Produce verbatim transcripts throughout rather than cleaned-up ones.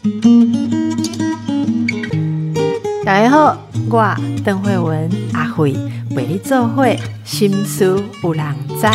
大家好，我邓惠文阿惠陪你做伙心思有人知。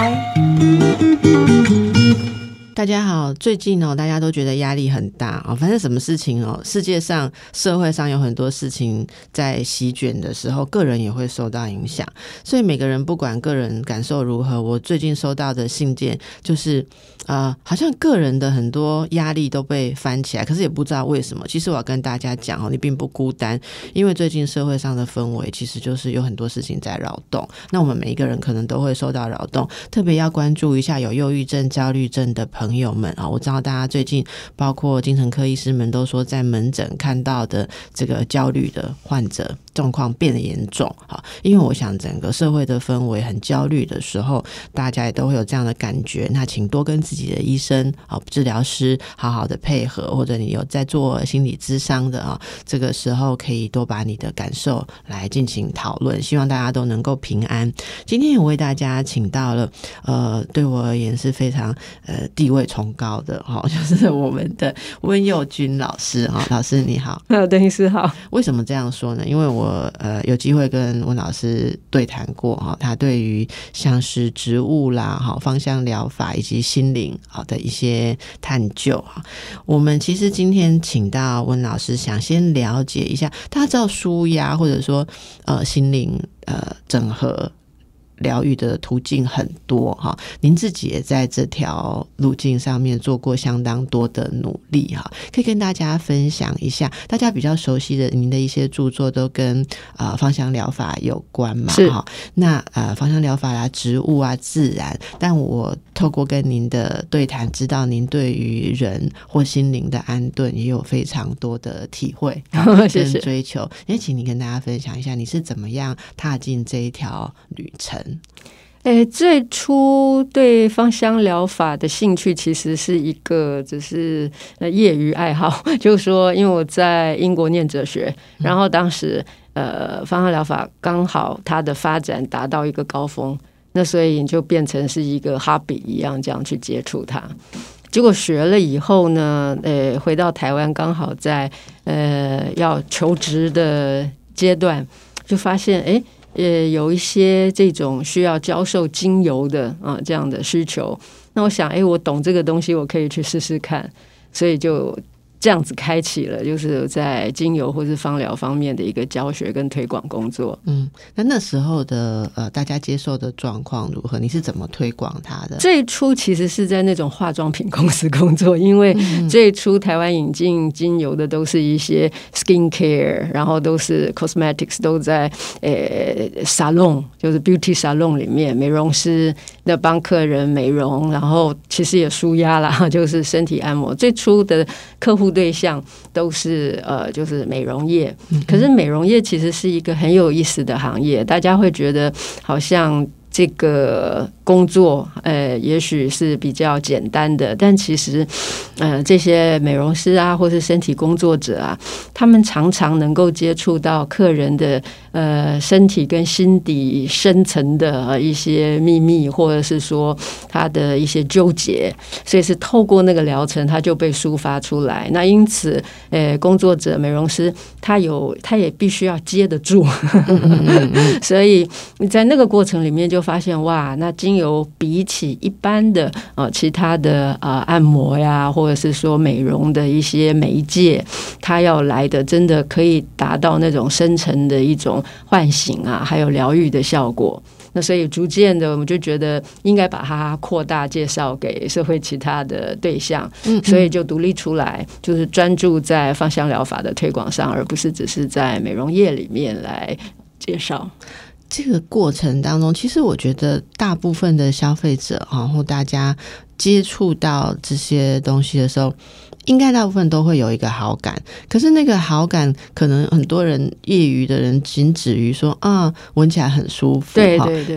大家好，最近哦，大家都觉得压力很大哦，反正什么事情哦，世界上、社会上有很多事情在席卷的时候，个人也会受到影响。所以每个人不管个人感受如何，我最近收到的信件就是，呃，好像个人的很多压力都被翻起来，可是也不知道为什么。其实我要跟大家讲哦，你并不孤单，因为最近社会上的氛围其实就是有很多事情在扰动。那我们每一个人可能都会受到扰动，特别要关注一下有忧郁症、焦虑症的朋友们啊，我知道大家最近包括精神科医师们都说，在门诊看到的这个焦虑的患者状况变得严重啊，因为我想整个社会的氛围很焦虑的时候，大家也都会有这样的感觉。那请多跟自己的医生啊、治疗师好好的配合，或者你有在做心理咨商的啊，这个时候可以多把你的感受来进行讨论，希望大家都能够平安。今天我为大家请到了呃，对我而言是非常呃地位崇高的哈、哦，就是我们的温佑君老师哈、哦，老师你好。 呃，邓医师好。 为什么这样说呢？因为我呃有机会跟温老师对谈过哈、哦，他对于像是植物啦、哈、哦、芳香疗法以及心灵好的一些探究哈。我们其实今天请到温老师，想先了解一下，大家知道舒压或者说呃心灵呃整合疗愈的途径很多哈，您自己也在这条路径上面做过相当多的努力哈，可以跟大家分享一下。大家比较熟悉的您的一些著作都跟呃芳香疗法有关嘛哈。那呃芳香疗法啊、植物啊、自然，但我透过跟您的对谈，知道您对于人或心灵的安顿也有非常多的体会跟追求。也请您跟大家分享一下，你是怎么样踏进这一条旅程？ 诶，最初对芳香疗法的兴趣其实是一个只是业余爱好，就是说因为我在英国念哲学，然后当时呃芳香疗法刚好它的发展达到一个高峰，那所以就变成是一个 hobby 一样这样去接触它。结果学了以后呢，呃，回到台湾刚好在呃要求职的阶段，就发现诶呃，有一些这种需要教授精油的啊这样的需求，那我想，哎，我懂这个东西，我可以去试试看，所以就这样子开启了，就是在精油或是芳疗方面的一个教学跟推广工作。 嗯，那那时候的呃大家接受的状况如何？你是怎么推广它的？ 最初其实是在那种化妆品公司工作，因为最初台湾引进精油的都是一些 skin care， 然后都是 cosmetics， 都在呃 salon， 就是 beauty salon 里面，美容师的帮客人美容，然后其实也舒压啦，就是身体按摩。最初的客户对象都是呃，就是美容业，可是美容业其实是一个很有意思的行业，大家会觉得好像这个工作呃，也许是比较简单的，但其实呃，这些美容师啊，或是身体工作者啊，他们常常能够接触到客人的呃身体跟心底深层的一些秘密，或者是说他的一些纠结，所以是透过那个疗程，他就被抒发出来。那因此，呃，工作者美容师他有他也必须要接得住，所以你在那个过程里面就发现，哇，那精油比起一般的呃其他的呃按摩呀，或者是说美容的一些媒介，它要来的真的可以达到那种深层的一种唤醒啊，还有疗愈的效果。那所以逐渐的，我们就觉得应该把它扩大介绍给社会其他的对象，嗯嗯，所以就独立出来，就是专注在芳香疗法的推广上，而不是只是在美容业里面来介绍。 这个过程当中，其实我觉得大部分的消费者然后大家接触到这些东西的时候，应该大部分都会有一个好感，可是那个好感可能很多人业余的人仅止于说啊闻起来很舒服， 对对对， 可是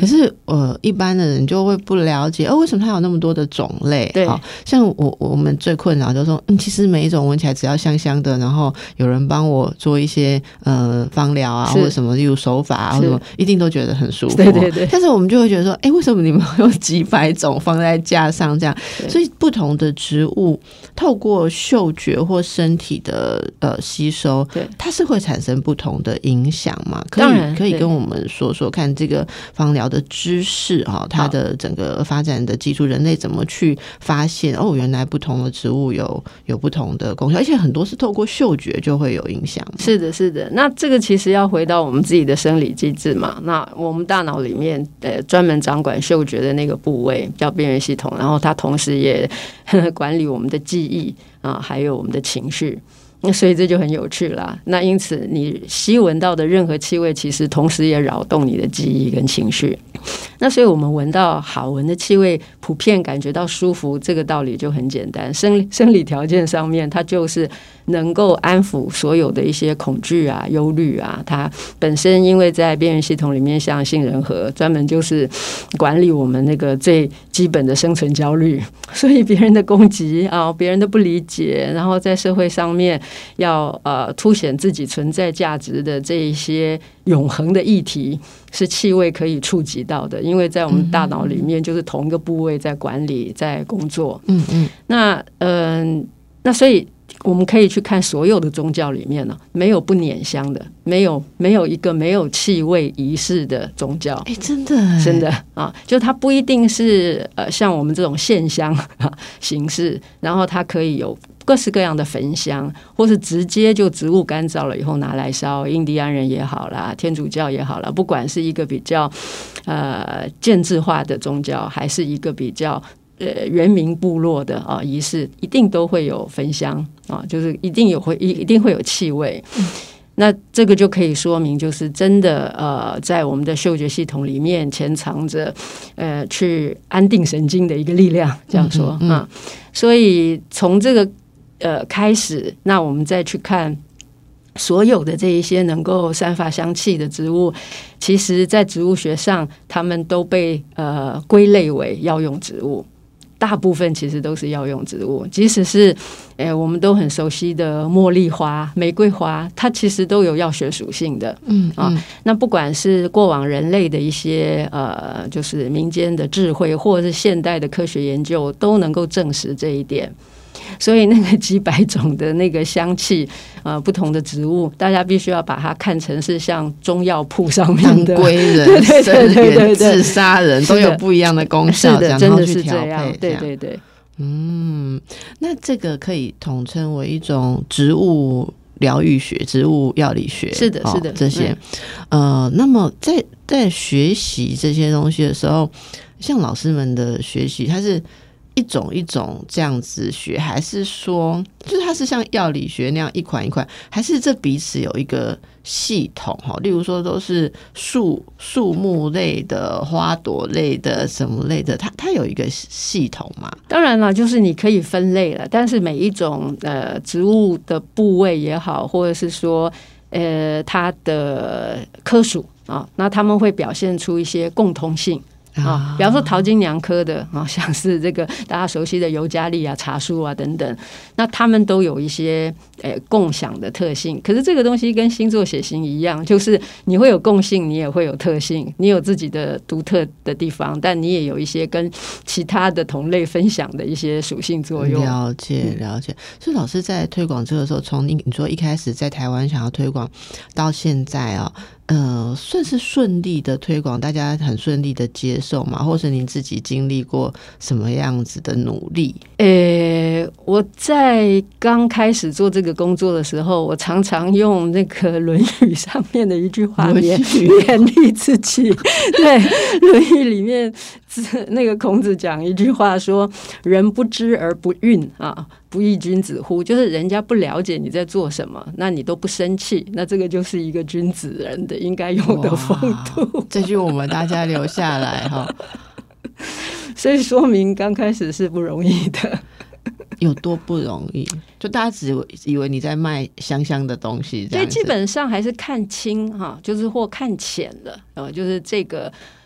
呃一般的人就会不了解，哦，为什么它有那么多的种类？ 对， 哦，像我我们最困扰就是说，嗯，其实每一种闻起来只要香香的，然后有人帮我做一些呃芳疗啊或者什么，例如手法啊或者什么，一定都觉得很舒服。 对对对。 但是我们就会觉得说，哎，为什么你们有几百种放在架上这样？所以不同的植物透过嗅觉或身体的呃吸收， 对， 它是会产生不同的影响嘛？可当然以可以跟我们说说看这个芳疗的知识啊，它的整个发展的基础，人类怎么去发现哦，原来不同的植物有有不同的功效，而且很多是透过嗅觉就会有影响。 是的，是的。那这个其实要回到我们自己的生理机制嘛。那我们大脑里面呃专门掌管嗅觉的那个部位叫边缘系统，然后它同时也呵呵管理我们的记忆啊，还有我们的情绪。那所以这就很有趣啦。那因此你吸闻到的任何气味其实同时也扰动你的记忆跟情绪。那所以我们闻到好闻的气味，普遍感觉到舒服，这个道理就很简单。生生理条件上面它就是能够安抚所有的一些恐惧啊忧虑啊。它本身因为在边缘系统里面，像杏仁核专门就是管理我们那个最基本的生存焦虑，所以别人的攻击啊，别人的不理解，然后在社会上面要呃凸显自己存在价值的这一些永恒的议题，是气味可以触及到的。因为在我们大脑里面就是同一个部位在管理在工作。嗯嗯，那嗯、呃，那所以我们可以去看所有的宗教里面呢、啊，没有不捻香的，没有没有一个没有气味仪式的宗教。 哎，真的真的啊，就它不一定是呃像我们这种线香、啊、形式，然后它可以有各式各样的焚香，或是直接就植物干燥了以后拿来烧。印第安人也好啦，天主教也好啦，不管是一个比较呃建制化的宗教，还是一个比较呃原民部落的啊仪式，一定都会有焚香啊，就是一定有会一一定会有气味。嗯，那这个就可以说明，就是真的呃，在我们的嗅觉系统里面潜藏着呃去安定神经的一个力量，这样说啊、嗯嗯。所以从这个呃开始，那我们再去看所有的这一些能够散发香气的植物，其实在植物学上，它们都被呃归类为药用植物。大部分其实都是药用植物，即使是、呃、我们都很熟悉的茉莉花、玫瑰花，它其实都有药学属性的。嗯啊，那不管是过往人类的一些呃，就是民间的智慧，或者是现代的科学研究，都能够证实这一点。所以那个几百种的那个香气，呃，不同的植物，大家必须要把它看成是像中药铺上面的归人、生源、治杀人，都有不一样的功效， 是的，真的是这样。对对对， 嗯，那这个可以统称为一种植物疗愈学、植物药理学， 是的，是的， 哦、这些、嗯。呃，那么在在学习这些东西的时候，像老师们的学习，它是一种一种这样子学，还是说就是它是像药理学那样一款一款，还是这彼此有一个系统？例如说都是树树木类的、花朵类的、什么类的，它它有一个系统吗？ 当然了，就是你可以分类了，但是每一种呃植物的部位也好，或者是说呃它的科属啊，那他们会表现出一些共通性。啊，比方说桃金娘科的啊，像是这个大家熟悉的尤加利啊、茶树啊等等，那他们都有一些呃共享的特性。可是这个东西跟星座血型一样，就是你会有共性，你也会有特性，你有自己的独特的地方，但你也有一些跟其他的同类分享的一些属性作用。 了解了解。所以老师在推广这个时候，从你你说一开始在台湾想要推广到现在啊、哦。呃，算是顺利的推广，大家很顺利的接受嘛？或是您自己经历过什么样子的努力？ 呃，我在刚开始做这个工作的时候，我常常用那个《论语》上面的一句话勉勉励自己。对，《论语》里面那个孔子讲一句话说：“人不知而不愠啊。”不亦君子乎？就是人家不了解你在做什么，那你都不生气，那这个就是一个君子人的应该有的风度。 这句我们大家留下来哈。 所以说明刚开始是不容易的。 有多不容易？就大家只以为你在卖香香的东西， 所以基本上还是看清哈，就是或看浅了，呃，就是这个。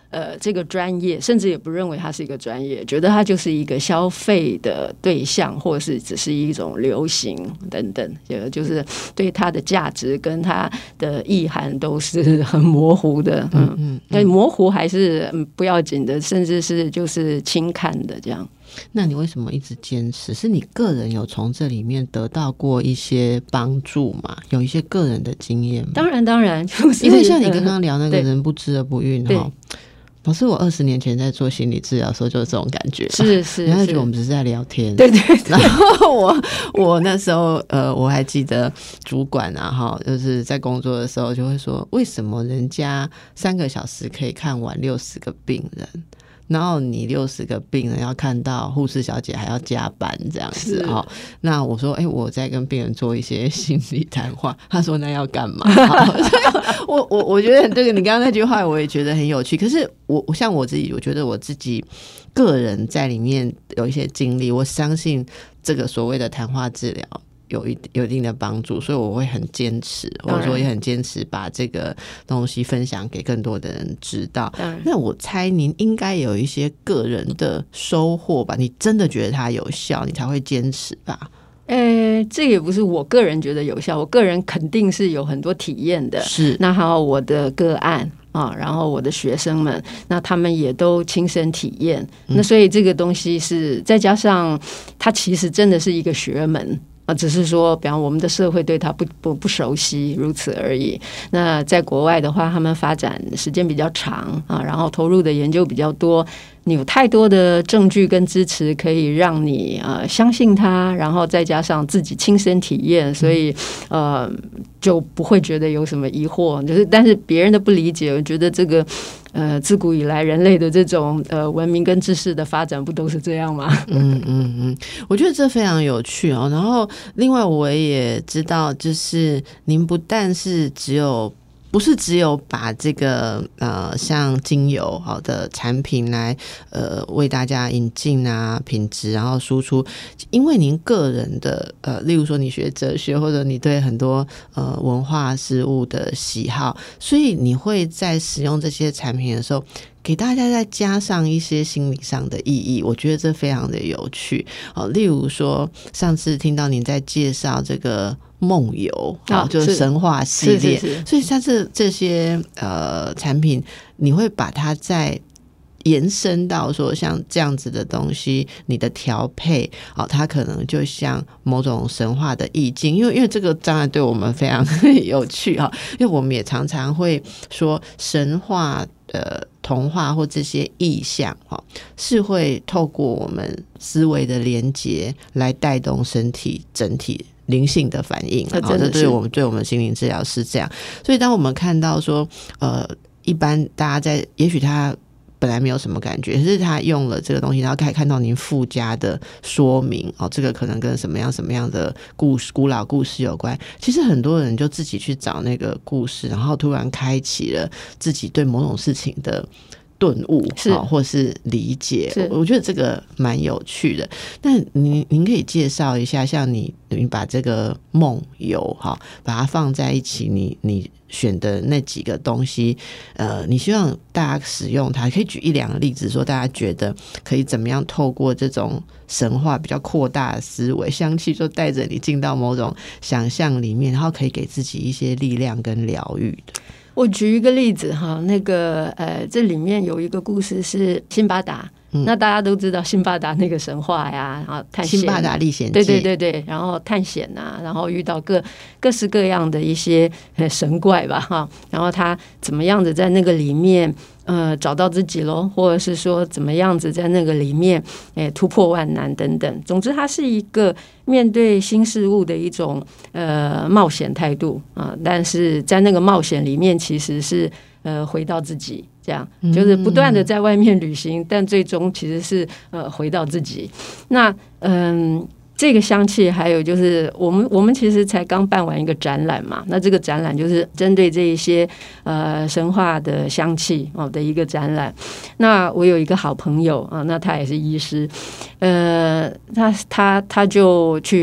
呃这个专业，甚至也不认为它是一个专业，觉得它就是一个消费的对象，或者是只是一种流行等等，也就是对它的价值跟它的意涵都是很模糊的。嗯嗯，但模糊还是不要紧的，甚至是就是轻看的这样。 那你为什么一直坚持？是你个人有从这里面得到过一些帮助吗？有一些个人的经验吗？ 当然当然，就是因为像你刚刚聊那个人不知而不愠对哈。老师，我二十年前在做心理治疗的时候就是这种感觉， 是是， 人家觉得我们只是在聊天， 对对对。 然后我我那时候呃，我还记得主管啊哈，就是在工作的时候就会说，为什么人家三个小时可以看完六十个病人？然后你六十个病人要看到护士小姐还要加班这样子哦。那我说，哎、欸，我在跟病人做一些心理谈话。他说，那要干嘛？我我我觉得这个你刚刚那句话我也觉得很有趣。可是我像我自己，我觉得我自己个人在里面有一些经历，我相信这个所谓的谈话治疗。有一有一定的帮助，所以我会很坚持，或者说也很坚持把这个东西分享给更多的人知道。那我猜您应该有一些个人的收获吧？你真的觉得它有效，你才会坚持吧？ 呃，这也不是我个人觉得有效，我个人肯定是有很多体验的。 是， 那还有我的个案啊，然后我的学生们，那他们也都亲身体验。嗯、那所以这个东西是再加上它其实真的是一个学门。啊，只是说，比方我们的社会对他不不不熟悉，如此而已。那在国外的话，他们发展时间比较长啊，然后投入的研究比较多，你有太多的证据跟支持，可以让你呃相信他，然后再加上自己亲身体验，所以呃就不会觉得有什么疑惑。就是但是别人的不理解，我觉得这个。呃，自古以来人类的这种呃文明跟知识的发展不都是这样吗？ 嗯嗯嗯，我觉得这非常有趣哦。然后另外我也知道，就是您不但是只有不是只有把这个呃像精油好的产品来呃为大家引进啊品质，然后输出，因为您个人的呃，例如说你学哲学或者你对很多呃文化事物的喜好，所以你会在使用这些产品的时候。给大家再加上一些心理上的意义，我觉得这非常的有趣。哦，例如说，上次听到您在介绍这个梦游，哦，就是神话系列， 是是是所以下次这些呃产品，你会把它在。延伸到说像这样子的东西，你的调配哦，它可能就像某种神话的意境，因为因为这个当然对我们非常有趣哈，因为我们也常常会说神话呃童话或这些意象哈，是会透过我们思维的连结来带动身体整体灵性的反应， 啊， 这对我们对我们心灵治疗是这样。所以当我们看到说呃，一般大家在也许他。本来没有什么感觉，可是他用了这个东西，然后可以看到您附加的说明哦，这个可能跟什么样什么样的故事、古老故事有关。其实很多人就自己去找那个故事，然后突然开启了自己对某种事情的顿悟，是、哦、或是理解是。我觉得这个蛮有趣的。那您您可以介绍一下，像你你把这个梦游哈，把它放在一起，你你。选的那几个东西，呃，你希望大家使用它，可以举一两个例子，说大家觉得可以怎么样透过这种神话比较扩大的思维，香气就带着你进到某种想象里面，然后可以给自己一些力量跟疗愈的。 我举一个例子哈，那个呃，这里面有一个故事是辛巴达。嗯、那大家都知道辛巴达那个神话呀，然后探险， 辛巴达历险记， 对对对对，然后探险啊，然后遇到各各式各样的一些神怪吧哈，然后他怎么样子在那个里面呃找到自己咯，或者是说怎么样子在那个里面诶突破万难等等。总之，它是一个面对新事物的一种呃冒险态度啊、呃，但是在那个冒险里面，其实是呃回到自己。这样就是不断的在外面旅行，嗯、但最终其实是呃回到自己。那嗯，这个香气还有就是我们我们其实才刚办完一个展览嘛，那这个展览就是针对这一些呃神话的香气哦的一个展览。那我有一个好朋友啊，那他也是医师，呃，他他他就去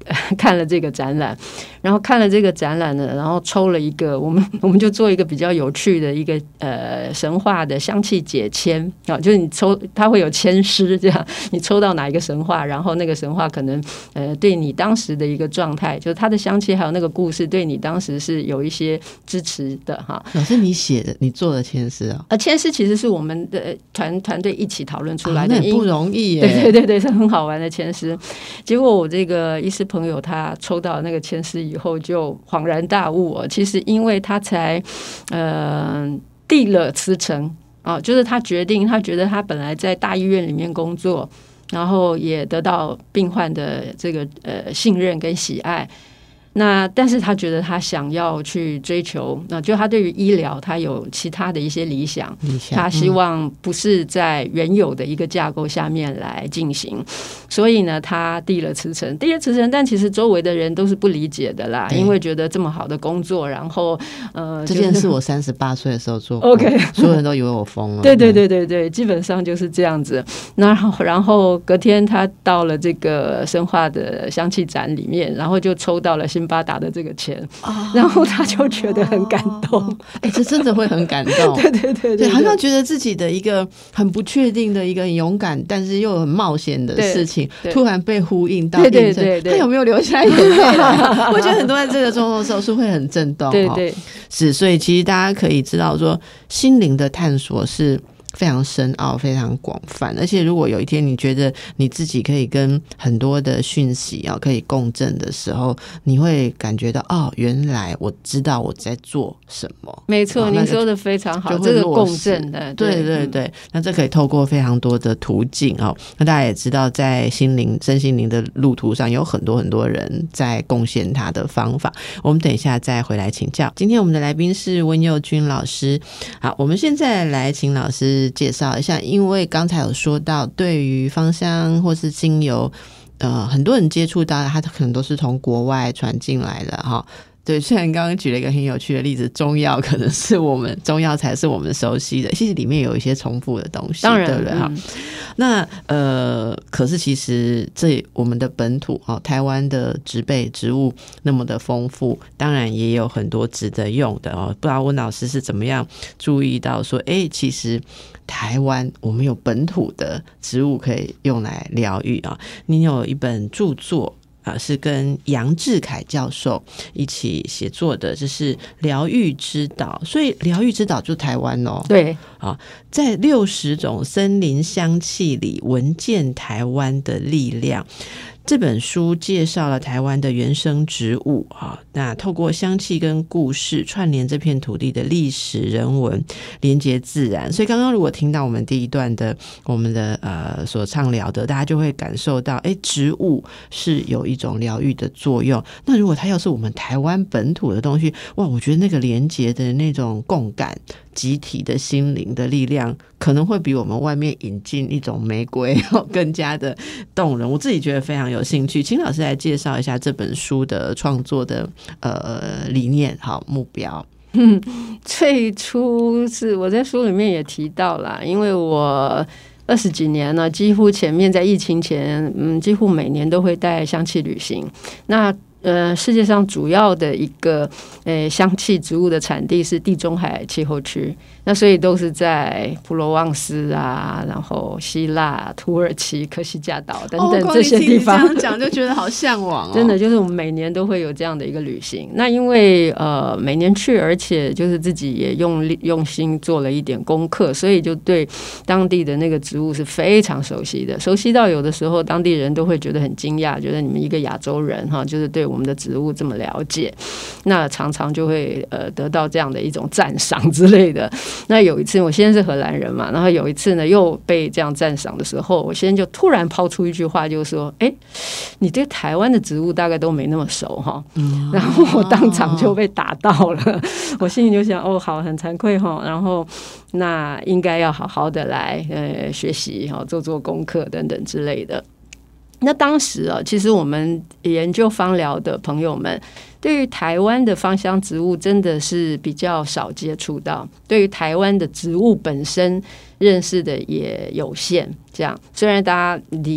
看了这个展览，然后看了这个展览呢，然后抽了一个，我们我们就做一个比较有趣的一个呃神话的香气解签啊，就是你抽它会有签诗，这样你抽到哪一个神话，然后那个神话可能呃对你当时的一个状态，就是它的香气还有那个故事对你当时是有一些支持的哈。 老师，你写的你做的签诗啊？ 呃，签诗其实是我们的团团队一起讨论出来的， 啊、那也不容易耶。 对对对对，是很好玩的签诗。结果我这个医师朋友他抽到那个签诗以后，就恍然大悟哦。其实因为他才呃递了辞呈啊，就是他决定，他觉得他本来在大医院里面工作，然后也得到病患的这个呃信任跟喜爱。那但是他觉得他想要去追求，那就他对于医疗他有其他的一些理想， 理想他希望不是在原有的一个架构下面来进行，嗯、所以呢，他递了辞呈，递了辞呈，但其实周围的人都是不理解的啦，因为觉得这么好的工作，然后呃， 这件事我三十八岁的时候做过 ，OK， 所有人都以为我疯了， 对对对对对，基本上就是这样子。那然后隔天他到了这个生化的香气展里面，然后就抽到了新巴达的这个钱，哦、然后他就觉得很感动。 哎、哦欸，这真的会很感动。 对对对 对, 对， 好像觉得自己的一个很不确定的一个很勇敢，但是又很冒险的事情，突然被呼应到， 对对对对， 他有没有流下眼泪？我觉得很多在这个状况的时候是会很震动。 对对， 是，所以其实大家可以知道说，心灵的探索是非常深奥非常广泛，而且如果有一天你觉得你自己可以跟很多的讯息、哦、可以共振的时候，你会感觉到哦，原来我知道我在做什么。 没错、哦、你说的非常好，这个共振的， 对对对、嗯、那这可以透过非常多的途径、哦、那大家也知道在心灵身心灵的路途上有很多很多人在贡献他的方法，我们等一下再回来请教。今天我们的来宾是温佑君老师。好，我们现在来请老师介绍一下，因为刚才有说到对于芳香或是精油呃，很多人接触到它可能都是从国外传进来的哈。对，虽然刚刚举了一个很有趣的例子，中药可能是我们中药才是我们熟悉的，其实里面有一些重复的东西， 当然对不对哈、嗯？那呃，可是其实这我们的本土哦，台湾的植被植物那么的丰富，当然也有很多值得用的哦。不知道温老师是怎么样注意到说，哎，其实台湾我们有本土的植物可以用来疗愈啊。你有一本著作。啊，是跟杨志凯教授一起写作的，这是疗愈之岛，所以疗愈之岛就是台湾哦。 对， 啊，在六十种森林香气里闻见台湾的力量。这本书介绍了台湾的原生植物啊，那透过香气跟故事串联这片土地的历史人文，连接自然。所以刚刚如果听到我们第一段的我们的呃所畅聊的，大家就会感受到，哎，植物是有一种疗愈的作用。那如果它要是我们台湾本土的东西，哇，我觉得那个连接的那种共感。集体的心灵的力量可能会比我们外面引进一种玫瑰更加的动人，我自己觉得非常有兴趣。请老师来介绍一下这本书的创作的呃理念好目标。 嗯，最初是我在书里面也提到啦，因为我二十几年了，几乎前面在疫情前嗯，几乎每年都会带香气旅行。那呃，世界上主要的一个呃香气植物的产地是地中海气候区，那所以都是在普罗旺斯啊，然后希腊、土耳其、科西嘉岛等等这些地方。 哦，这样讲就觉得好向往哦。 真的，就是我们每年都会有这样的一个旅行。那因为呃每年去，而且就是自己也用用心做了一点功课，所以就对当地的那个植物是非常熟悉的，熟悉到有的时候当地人都会觉得很惊讶，觉得你们一个亚洲人哈，就是对我们的植物这么了解，那常常就会呃得到这样的一种赞赏之类的。那有一次我先是荷兰人嘛，然后有一次呢又被这样赞赏的时候，我先就突然抛出一句话，就是说，哎，你对台湾的植物大概都没那么熟哈、嗯。然后我当场就被打到了，我心里就想，哦，好，很惭愧哈，然后那应该要好好的来呃学习哈，做做功课等等之类的。那当时啊，其实我们研究芳疗的朋友们，对于台湾的芳香植物真的是比较少接触到，对于台湾的植物本身认识的也有限。这样，虽然大家理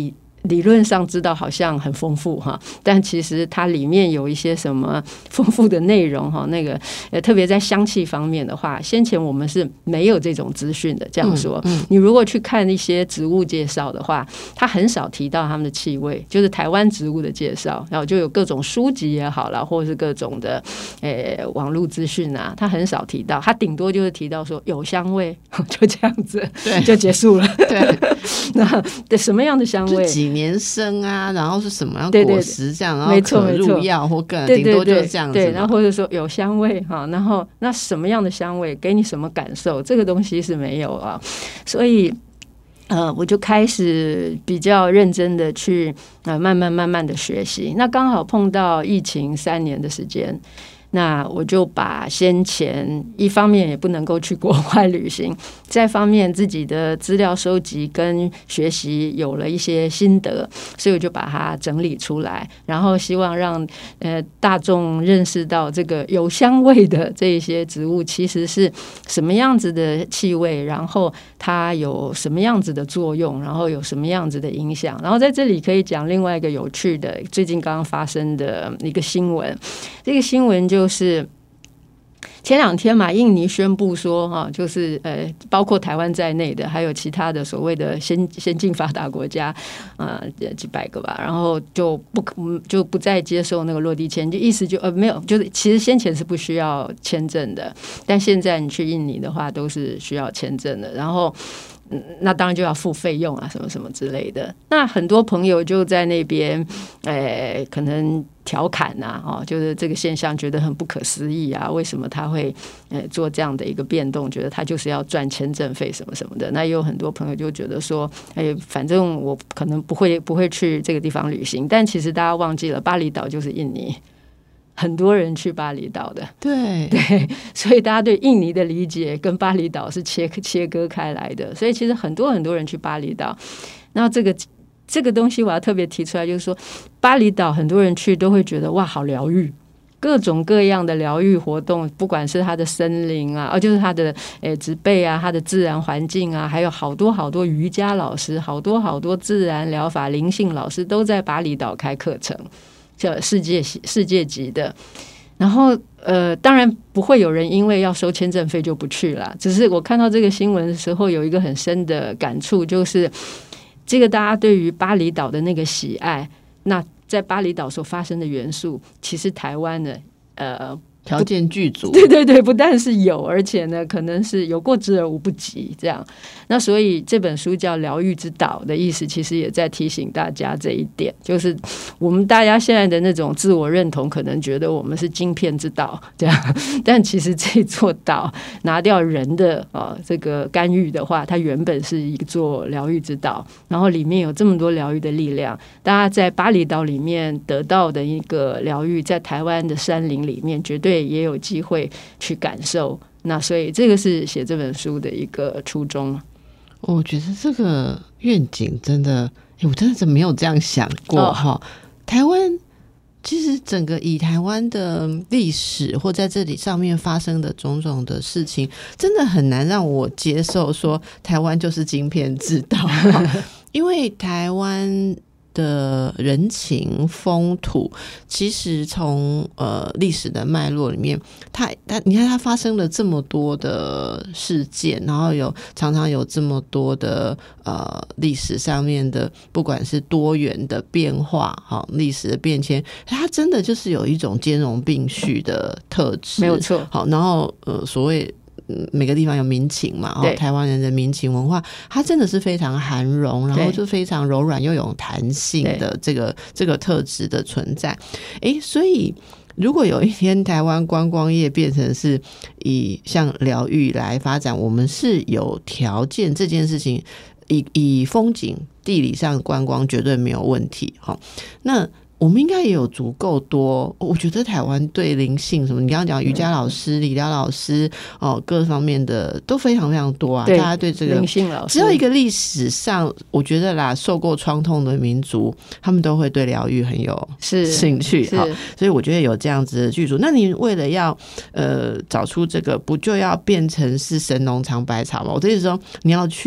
理论上知道好像很丰富哈，但其实它里面有一些什么丰富的内容哈。那个呃，特别在香气方面的话，先前我们是没有这种资讯的。这样说，嗯嗯、你如果去看一些植物介绍的话，它很少提到它们的气味，就是台湾植物的介绍，然后就有各种书籍也好啦，或者是各种的呃网络资讯啊，它很少提到，它顶多就是提到说有香味，就这样子，对，就结束了。对，那什么样的香味？ 几年生啊，然后是什么样果实这样，然后可入药或更顶多就是这样子。 对，然后或者说有香味哈，然后那什么样的香味给你什么感受？这个东西是没有啊，所以。呃，我就开始比较认真的去呃慢慢慢慢的学习。那刚好碰到疫情三年的时间。那我就把先前一方面也不能够去国外旅行，再方面自己的资料收集跟学习有了一些心得，所以我就把它整理出来，然后希望让呃大众认识到这个有香味的这一些植物其实是什么样子的气味，然后它有什么样子的作用，然后有什么样子的影响。然后在这里可以讲另外一个有趣的最近刚刚发生的一个新闻，这个新闻就就是前两天嘛，印尼宣布说，哈，就是呃，包括台湾在内的，还有其他的所谓的先先进发达国家，呃，几百个吧，然后就不就不再接受那个落地签，就意思就呃没有，就是其实先前是不需要签证的，但现在你去印尼的话都是需要签证的，然后。那当然就要付费用啊，什么什么之类的。那很多朋友就在那边，呃，可能调侃啊，哦，就是这个现象觉得很不可思议啊，为什么他会呃做这样的一个变动？觉得他就是要赚签证费什么什么的。那也有很多朋友就觉得说，哎，反正我可能不会不会去这个地方旅行。但其实大家忘记了，巴厘岛就是印尼。很多人去巴厘岛的， 对对，所以大家对印尼的理解跟巴厘岛是切切割开来的，所以其实很多很多人去巴厘岛，那这个这个东西我要特别提出来，就是说巴厘岛很多人去都会觉得哇，好疗愈，各种各样的疗愈活动，不管是它的森林啊，哦，就是它的诶植被啊，它的自然环境啊，还有好多好多瑜伽老师，好多好多自然疗法灵性老师都在巴厘岛开课程。叫世界世界级的，然后呃，当然不会有人因为要收签证费就不去了。只是我看到这个新闻的时候，有一个很深的感触，就是这个大家对于巴厘岛的那个喜爱，那在巴厘岛所发生的元素，其实台湾的呃。 条件具足， 对对对，不但是有，而且呢，可能是有过之而无不及这样。那所以这本书叫《疗愈之岛》的意思，其实也在提醒大家这一点，就是我们大家现在的那种自我认同，可能觉得我们是晶片之岛这样，但其实这座岛拿掉人的啊这个干预的话，它原本是一座疗愈之岛，然后里面有这么多疗愈的力量。大家在巴厘岛里面得到的一个疗愈，在台湾的山林里面绝对也有机会去感受，那所以这个是写这本书的一个初衷。 我觉得这个愿景真的，我真的是没有这样想过哈、哦。台湾其实整个以台湾的历史或在这里上面发生的种种的事情，真的很难让我接受说台湾就是晶片制造，因为台湾的人情风土，其实从呃历史的脉络里面，它它你看它发生了这么多的事件，然后有常常有这么多的呃历史上面的，不管是多元的变化，好历史的变迁，它真的就是有一种兼容并蓄的特质， 没有错。 好，然后呃所谓。每个地方有民情嘛，哦，台湾人的民情文化，它真的是非常涵容，然后就非常柔软又有弹性的这个这个特质的存在。诶，所以如果有一天台湾观光业变成是以像疗愈来发展，我们是有条件这件事情，以以风景地理上观光绝对没有问题。好，那我们应该也有足够多，我觉得台湾对灵性什么，你刚刚讲瑜伽老师、理疗老师哦，各方面的都非常非常多啊。大家对这个灵性老师， 只有一个历史上，我觉得啦，受过创痛的民族，他们都会对疗愈很有兴趣。好，所以我觉得有这样子的剧组。那你为了要呃找出这个，不就要变成是神农尝百草吗？我的意思说，你要去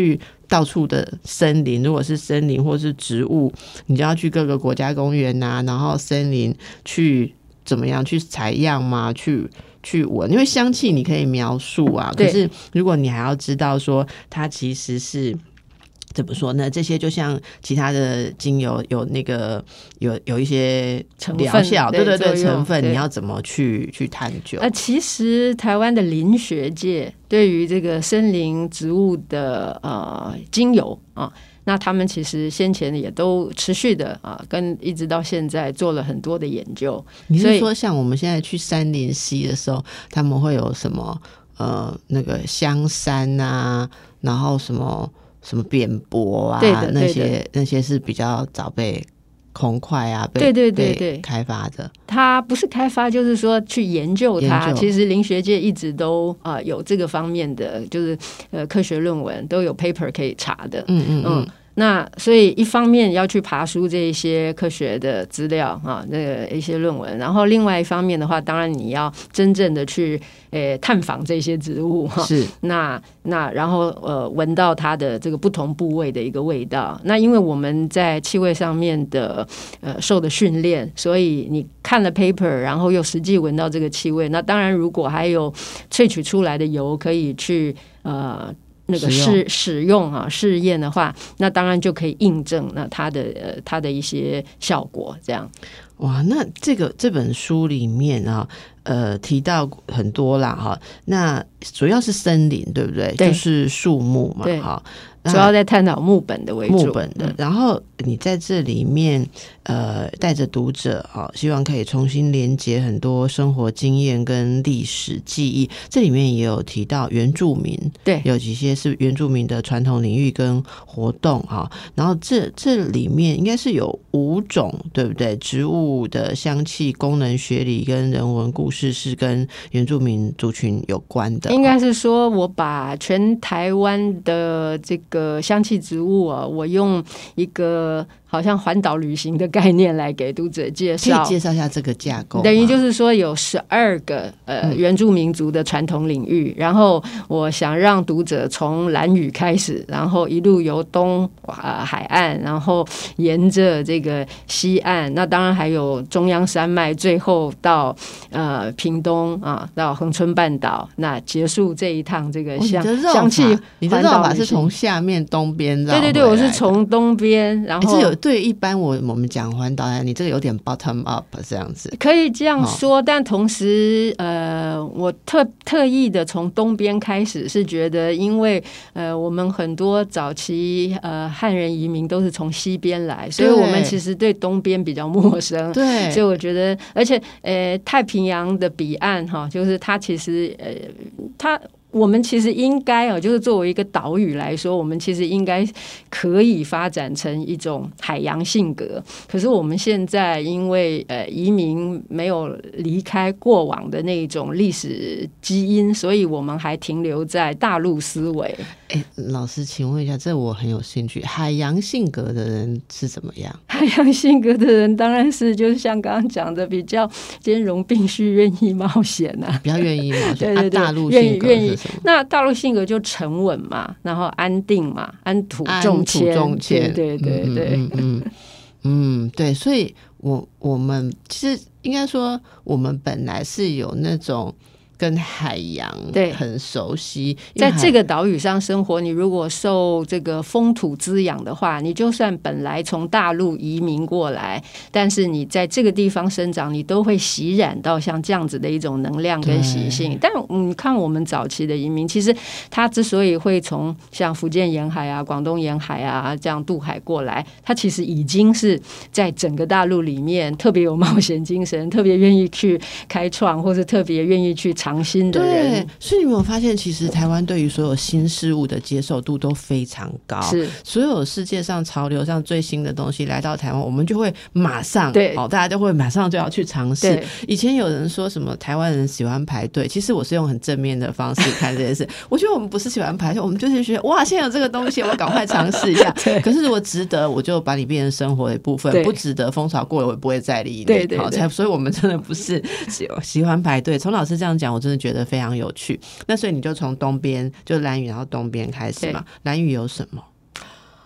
到处的森林，如果是森林或是植物，你就要去各个国家公园啊，然后森林去怎么样去采样嘛，去去闻，因为香气你可以描述啊，可是如果你还要知道说它其实是怎么说呢？这些就像其他的精油有那个有有一些疗效，对对对，成分你要怎么去去探究？ 呃，其实台湾的林学界对于这个森林植物的呃精油啊，那他们其实先前也都持续的啊，跟一直到现在做了很多的研究。 你是说像我们现在去山林溪的时候，他们会有什么呃那个香山啊，然后什么？什么扁柏啊， 对的那些对的那些是比较早被空块啊，被对对对对被开发的。 它不是开发，就是说去研究它。 研究其实林学界一直都啊、呃、有这个方面的，就是呃科学论文都有 paper 可以查的。 嗯嗯嗯。 那所以一方面要去爬梳这一些科学的资料啊，那个一些论文，然后另外一方面的话，当然你要真正的去诶、呃、探访这些植物哈。 是。 那那然后呃闻到它的这个不同部位的一个味道。那因为我们在气味上面的呃受的训练，所以你看了 paper， 然后又实际闻到这个气味。那当然，如果还有萃取出来的油可以去呃。那个试使用啊试验的话，那当然就可以印证那它的呃它的一些效果。这样， 哇，那这个这本书里面啊，呃，提到很多啦哈。那主要是森林，对不对？ 对， 就是树木嘛，哈。 主要在探讨木本的为主， 木本的。嗯、然后你在这里面，呃，带着读者啊、哦，希望可以重新连接很多生活经验跟历史记忆。这里面也有提到原住民， 对， 有几些是原住民的传统领域跟活动哈、哦。然后这这里面应该是有五种，对不对？植物的香气、功能学理跟人文故事是跟原住民族群有关的。 应该是说，我把全台湾的这个。个香气植物啊，我用一个好像环岛旅行的概念来给读者介绍。 可以介绍一下这个架构吗？ 等于就是说有十二个呃、嗯、原住民族的传统领域，然后我想让读者从兰屿开始，然后一路由东、呃、海岸，然后沿着这个西岸，那当然还有中央山脉，最后到呃屏东啊，到恒春半岛，那结束这一趟这个香、哦、香气。 你的绕法是从下面东边绕回来的？ 对对对，我是从东边，然后、 欸、这有对一般我我们讲环岛，你这个有点 bottom up 这样子， 可以这样说，哦、但同时呃，我特特意的从东边开始，是觉得因为呃，我们很多早期呃汉人移民都是从西边来，所以我们其实对东边比较陌生， 对， 所以我觉得，而且呃，太平洋的彼岸哈，就是它其实呃，它。我们其实应该啊，就是作为一个岛屿来说，我们其实应该可以发展成一种海洋性格。可是我们现在因为呃移民没有离开过往的那种历史基因，所以我们还停留在大陆思维。 哎，老师，请问一下，这我很有兴趣。海洋性格的人是怎么样？ 海洋性格的人当然是就是像刚刚讲的，比较兼容并蓄，愿意冒险啊， 比较愿意冒险。 对对对， 啊、大陆性格是什么？ 那大陆性格就沉稳嘛，然后安定嘛，安土重迁， 安土重迁， 对对对对， 嗯嗯 嗯, 嗯，对，所以我我们其实应该说，我们本来是有那种。跟海洋很熟悉， 在这个岛屿上生活，你如果受这个风土滋养的话，你就算本来从大陆移民过来，但是你在这个地方生长，你都会习染到像这样子的一种能量跟习性。但你看我们早期的移民，其实他之所以会从像福建沿海啊、广东沿海啊这样渡海过来，他其实已经是在整个大陆里面特别有冒险精神，特别愿意去开创，或是特别愿意去尝新的人。 对，所以你有没有发现，其实台湾对于所有新事物的接受度都非常高。 是， 所有世界上潮流上最新的东西来到台湾，我们就会马上， 对， 哦，大家就会马上就要去尝试。以前有人说什么台湾人喜欢排队，其实我是用很正面的方式看这件事。我觉得我们不是喜欢排队，我们就是觉得哇，现在有这个东西，我赶快尝试一下。可是如果值得，我就把你变成生活的一部分；不值得，风潮过了，我也不会再理你。 对对对， 好，所以我们真的不是喜喜欢排队。从老师这样讲，我真的觉得非常有趣。那所以你就从东边就兰屿，然后东边开始嘛。兰屿有什么？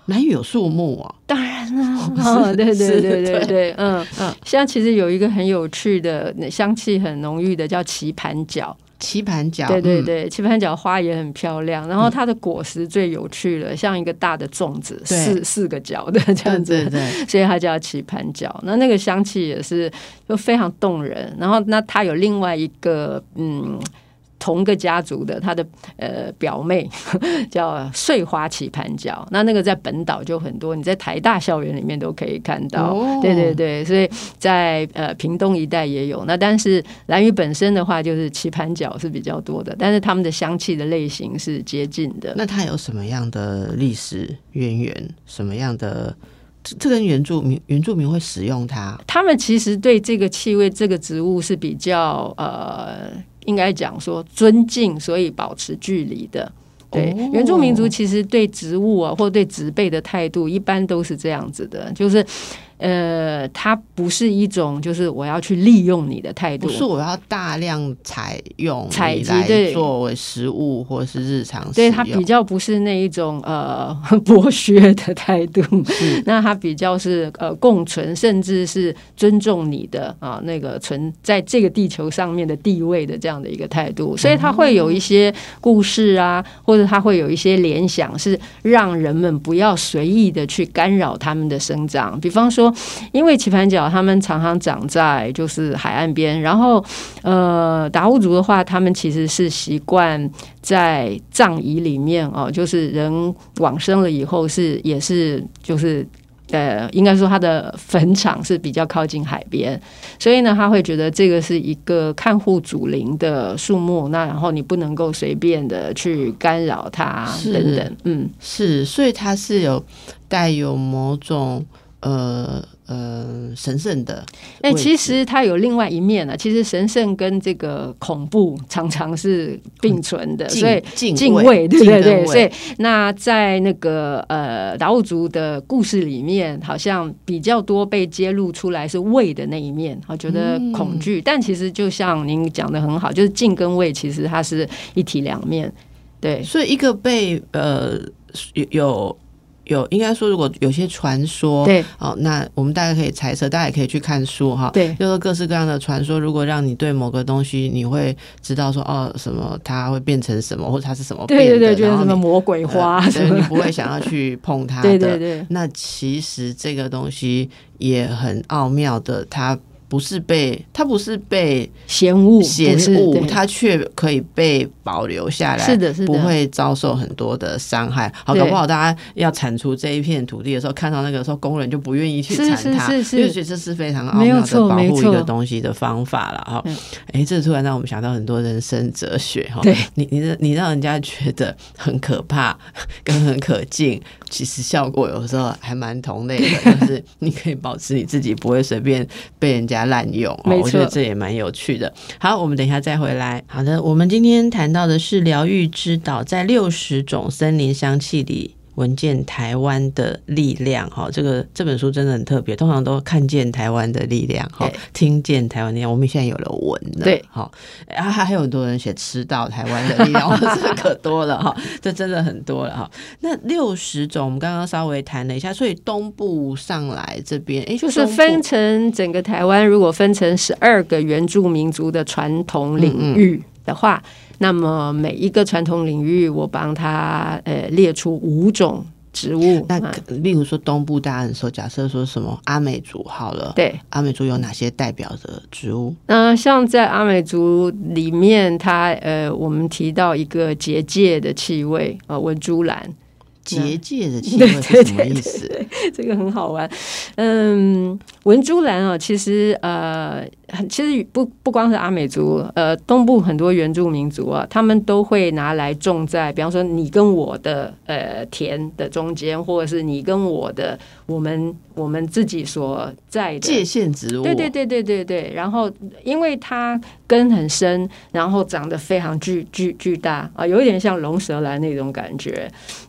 兰屿有树木哦？ 当然啦，哦，对对对对对，嗯嗯，像其实有一个很有趣的香气很浓郁的叫棋盘角。 棋盘角， 对对对，棋盘角花也很漂亮，然后它的果实最有趣了，像一个大的粽子，四四个角的这样子， 对对对， 所以它叫棋盘角。那那个香气也是就非常动人。然后那它有另外一个嗯。同个家族的，他的呃表妹叫穗花棋盘角，那那个在本岛就很多，你在台大校园里面都可以看到。哦、对对对，所以在呃屏东一带也有。那但是兰屿本身的话，就是棋盘角是比较多的，但是他们的香气的类型是接近的。 那它有什么样的历史渊源？什么样的？这跟原住民原住民会使用它？ 他们其实对这个气味、这个植物是比较呃。应该讲说尊敬，所以保持距离的。对，哦、原住民族其实对植物啊，或对植被的态度，一般都是这样子的，就是呃，它不是一种就是我要去利用你的态度， 不是我要大量采用采集来作为食物或是日常使用， 对，它比较不是那一种呃剥削的态度，那它比较是呃共存，甚至是尊重你的啊、呃、那个存在这个地球上面的地位的这样的一个态度，所以它会有一些故事啊，或者它会有一些联想，是让人们不要随意的去干扰它们的生长，比方说。因为棋盘角他们常常长在就是海岸边，然后呃达悟族的话，他们其实是习惯在葬仪里面哦，就是人往生了以后是也是就是呃，应该说他的坟场是比较靠近海边，所以呢，他会觉得这个是一个看护祖灵的树木，那然后你不能够随便的去干扰它等等，嗯， 是，所以它是有带有某种。呃呃，神圣的， 哎，其实它有另外一面啊。其实神圣跟这个恐怖常常是并存的，嗯、所以敬畏，对对对。所以那在那个呃达悟族的故事里面，好像比较多被揭露出来是畏的那一面，我觉得恐惧。嗯、但其实就像您讲的很好，就是敬跟畏，其实它是一体两面。对， 所以一个被呃有。有应该说，如果有些传说， 对， 哦，那我们大概可以猜测，大家也可以去看书哈， 对， 就是各式各样的传说。如果让你对某个东西，你会知道说，哦，什么它会变成什么，或者它是什么变的， 对对对，就是什么魔鬼花， 呃、所以你不会想要去碰它的。 对对对， 那其实这个东西也很奥妙的，它。不是被它不是被嫌恶嫌恶，它却可以被保留下来， 是的，是的， 不会遭受很多的伤害。好，搞不好大家要铲除这一片土地的时候，看到那个时候，工人就不愿意去铲它， 是是是是， 因为觉得这是非常奥妙的保护一个东西的方法了哈。哎、嗯，这突然让我们想到很多人生哲学哈。 对， 你你你让人家觉得很可怕跟很可敬，其实效果有时候还蛮同类的，就是你可以保持你自己不会随便被人家滥用、哦、我觉得这也蛮有趣的。好，我们等一下再回来。好的，我们今天谈到的是疗愈之岛，在六十种森林香气里闻见台湾的力量。这个这本书真的很特别，通常都看见台湾的力量，听见台湾的力量，我们现在有了闻了。 对， 好，还有很多人写吃到台湾的力量，这可多了哈，这真的很多了哈。那六十种我们刚刚稍微谈了一下，所以东部上来这边，哎， 就是分成整个台湾，如果分成十二个原住民族的传统领域的话。嗯嗯，那么每一个传统领域我帮他呃列出五种植物。 那例如说东部大家很熟，假设说什么阿美族好了， 对， 阿美族有哪些代表的植物？ 那像在阿美族里面，它呃我们提到一个结界的气味，呃文珠兰。 结界的气味是什么意思？ 对对对对，这个很好玩。嗯，文珠兰啊，其实呃，其实不不光是阿美族，呃，东部很多原住民族啊，他们都会拿来种在，比方说你跟我的呃田的中间，或者是你跟我的我们我们自己所在的界限植物。 对对对对对对。然后因为它根很深，然后长得非常巨巨巨大啊、呃，有一点像龙舌兰那种感觉，那很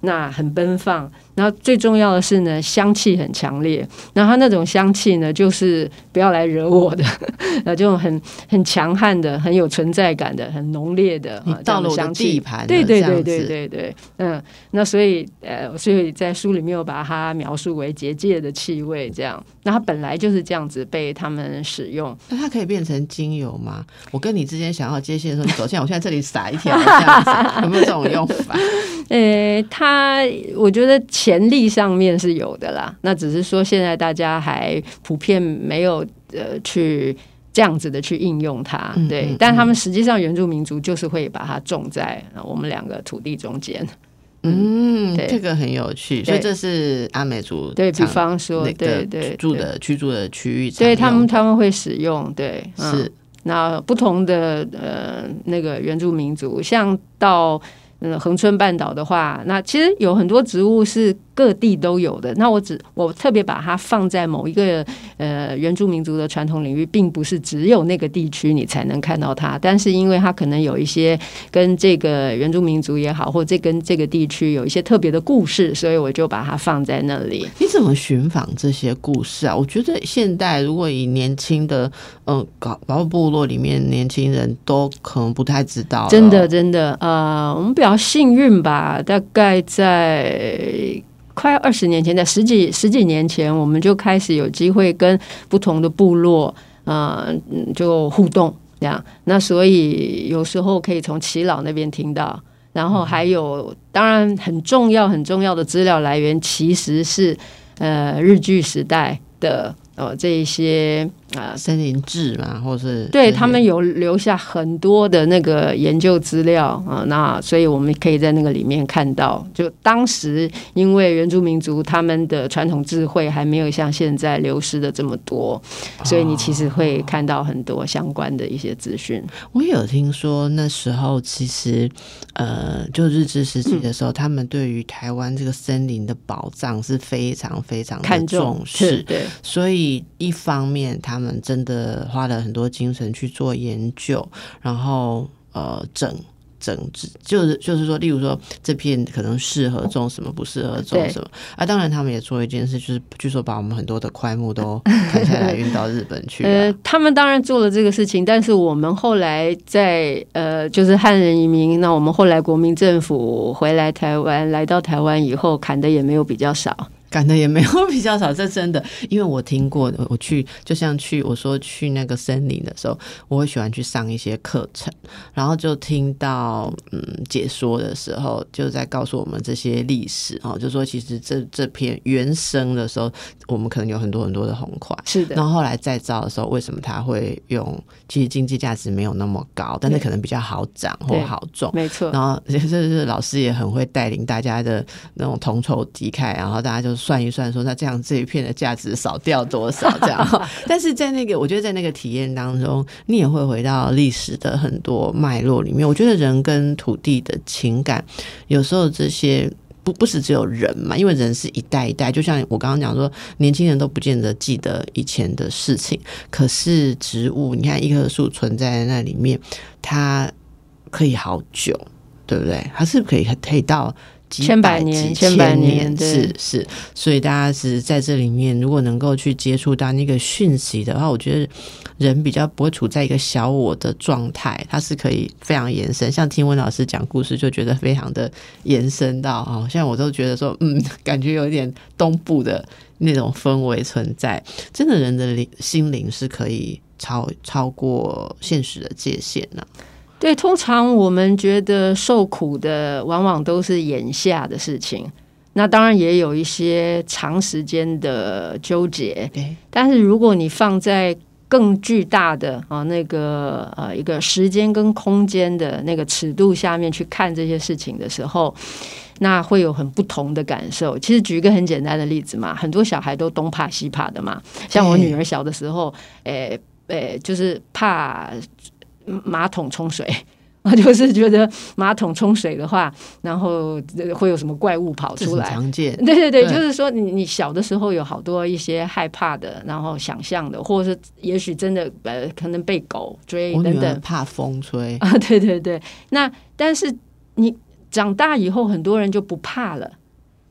很奔放，然后最重要的是呢，香气很强烈。然后它那种香气呢，就是不要来惹我的，呃，这种很很强悍的、很有存在感的、很浓烈的， 你到了我的地盘， 对对对对对对，嗯，那所以呃，所以在书里面有把它描述为结界的气味，这样。那它本来就是这样子被他们使用。 那它可以变成精油吗？我跟你之间想要接线的时候，你走进来，我现在这里撒一条，这样子有没有这种用法？ 呃，它我觉得潜力上面是有的啦，那只是说现在大家还普遍没有呃去这样子的去应用它，对，嗯嗯嗯，但他们实际上原住民族就是会把它种在我们两个土地中间。 嗯，这个很有趣，所以这是阿美族对比方说对对住的居住的区域， 对他们他们会使用，对， 是、嗯、 那不同的呃那个原住民族，像到嗯恒春半岛的话，那其实有很多植物是各地都有的。那我只我特别把它放在某一个呃原住民族的传统领域，并不是只有那个地区你才能看到它，但是因为它可能有一些跟这个原住民族也好，或者跟这个地区有一些特别的故事，所以我就把它放在那里。 你怎么寻访这些故事啊？我觉得现代如果以年轻的嗯搞保护部落里面年轻人都可能不太知道， 真的真的呃，我们比较幸运吧，大概在快二十年前，在十几十几年前，我们就开始有机会跟不同的部落，呃，就互动这样。那所以有时候可以从耆老那边听到，然后还有当然很重要很重要的资料来源，其实是呃日据时代的。呃，这一些啊、呃， 森林志嘛，或是对他们有留下很多的那个研究资料啊、呃，那所以我们可以在那个里面看到，就当时因为原住民族他们的传统智慧还没有像现在流失的这么多，所以你其实会看到很多相关的一些资讯。 我也有听说那时候其实呃，就日治时期的时候、嗯，他们对于台湾这个森林的保障是非常非常的重视， 对， 所以。一方面他们真的花了很多精神去做研究，然后呃整整治，就是就是说例如说这片可能适合种什么，不适合种什么啊。当然他们也做一件事，就是据说把我们很多的块木都砍下来运到日本去、啊、 呃，他们当然做了这个事情，但是我们后来在呃就是汉人移民，那我们后来国民政府回来台湾，来到台湾以后砍的也没有比较少， 赶的也没有比较少，这真的，因为我听过，我去就像去我说去那个森林的时候，我会喜欢去上一些课程，然后就听到嗯解说的时候，就在告诉我们这些历史哦，就说其实这这片原生的时候，我们可能有很多很多的红块， 是的， 然后后来再造的时候，为什么它会用？其实经济价值没有那么高，但是可能比较好长或好种， 没错。 然后就是老师也很会带领大家的那种同仇敌忾，然后大家就算一算说，那这样这一片的价值少掉多少这样。但是在那个我觉得在那个体验当中，你也会回到历史的很多脉络里面。我觉得人跟土地的情感有时候这些不不是只有人嘛，因为人是一代一代，就像我刚刚讲说，年轻人都不见得记得以前的事情，可是植物，你看一棵树存在在那里面，它可以好久，对不对？它是不是可以可以到千百年、千百年， 是是，所以大家是在这里面，如果能够去接触到那个讯息的话，我觉得人比较不会处在一个小我的状态，它是可以非常延伸。像听温老师讲故事，就觉得非常的延伸到哦，像我都觉得说，嗯，感觉有点东部的那种氛围存在。真的，人的心灵是可以超超过现实的界限呢、啊。 对，通常我们觉得受苦的往往都是眼下的事情，那当然也有一些长时间的纠结，但是如果你放在更巨大的啊那个呃一个时间跟空间的那个尺度下面去看这些事情的时候，那会有很不同的感受。其实举一个很简单的例子嘛，很多小孩都东怕西怕的嘛，像我女儿小的时候，诶诶，就是怕马桶冲水，就是觉得马桶冲水的话，然后会有什么怪物跑出来， 常见。 对对对，就是说你你小的时候有好多一些害怕的，然后想象的，或者是也许真的呃可能被狗追等等。 我女儿怕风吹啊，对对对。那但是你长大以后，很多人就不怕了。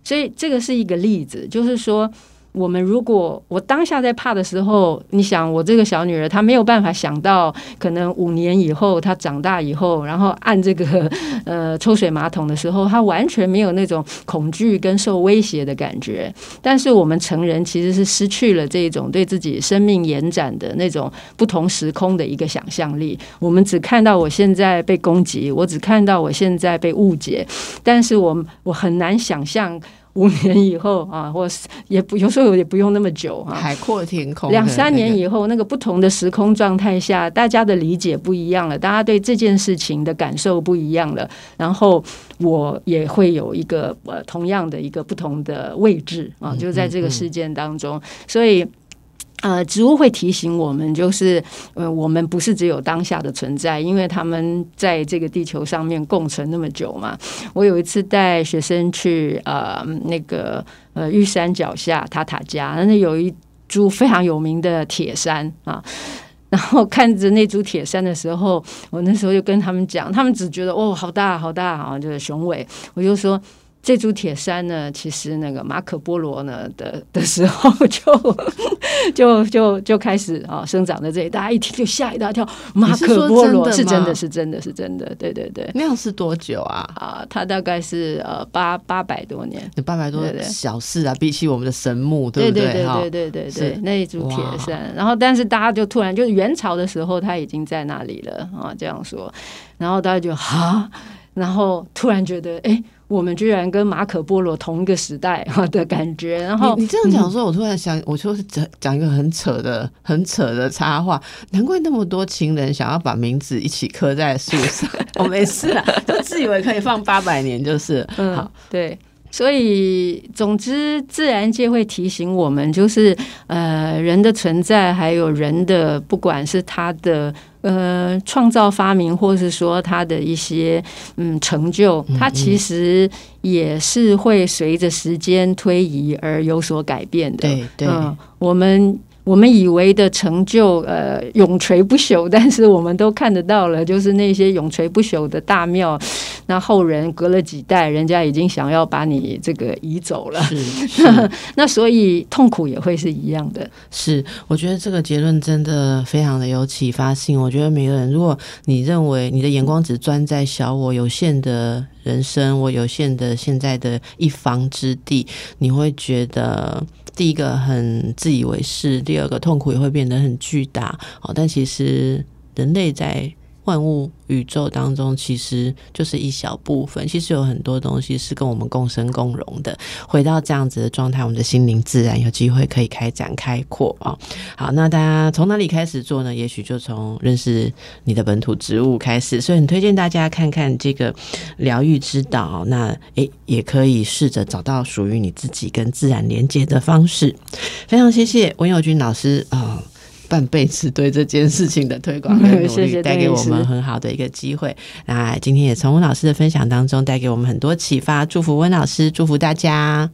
所以这个是一个例子，就是说我们如果我当下在怕的时候，你想我这个小女儿她没有办法想到可能五年以后她长大以后，然后按这个呃抽水马桶的时候，她完全没有那种恐惧跟受威胁的感觉。但是我们成人其实是失去了这种对自己生命延展的那种不同时空的一个想象力，我们只看到我现在被攻击，我只看到我现在被误解，但是我我很难想象五年以后啊，或也不有时候也不用那么久啊， 海阔天空、那个。 两三年以后，那个不同的时空状态下，大家的理解不一样了，大家对这件事情的感受不一样了，然后我也会有一个呃同样的一个不同的位置啊，就在这个事件当中，嗯嗯嗯所以。呃，植物会提醒我们，就是呃，我们不是只有当下的存在，因为他们在这个地球上面共存那么久嘛。我有一次带学生去呃那个呃玉山脚下塔塔加，那有一株非常有名的铁杉啊。然后看着那株铁杉的时候，我那时候就跟他们讲，他们只觉得哦好大好大啊，就是雄伟。我就说。这株铁杉呢，其实那个马可波罗呢的的时候就就就就开始啊生长在这里，大家一听就吓一大跳。马可波罗是真的是真的是真的，对对对。 那样是多久啊？ 啊，它大概是呃八八百多年， 八百多小事啊，比起我们的神木，对不对？ 对对对对对对对，那一株铁杉。然后，但是大家就突然就是元朝的时候，它已经在那里了啊，这样说。然后大家就哈，然后突然觉得哎。我们居然跟马可波罗同一个时代的感觉，然后你, 你这样讲说，我突然想，我就是讲一个很扯的、很扯的插话，难怪那么多情人想要把名字一起刻在树上。我、哦、没事啦，就自以为可以放八百年，就是、嗯、好， 对。所以，总之，自然界会提醒我们，就是呃，人的存在，还有人的，不管是他的呃创造发明，或是说他的一些嗯成就，他其实也是会随着时间推移而有所改变的。 对对， 嗯，我们。我们以为的成就呃永垂不朽，但是我们都看得到了，就是那些永垂不朽的大庙，那后人隔了几代，人家已经想要把你这个移走了。 是是那所以痛苦也会是一样的。 是，我觉得这个结论真的非常的有启发性。我觉得每个人，如果你认为你的眼光只专在小我有限的人生，我有限的现在的一方之地，你会觉得第一个很自以为是，第二个痛苦也会变得很巨大。哦，但其实人类在万物宇宙当中其实就是一小部分，其实有很多东西是跟我们共生共荣的。回到这样子的状态，我们的心灵自然有机会可以开展开阔、哦、好，那大家从哪里开始做呢？也许就从认识你的本土植物开始，所以很推荐大家看看这个疗愈之岛。那诶也可以试着找到属于你自己跟自然连接的方式。非常谢谢温佑君老师啊、哦，半辈子对这件事情的推广跟努力，带给我们很好的一个机会。那今天也从温老师的分享当中带给我们很多启发，祝福温老师，祝福大家。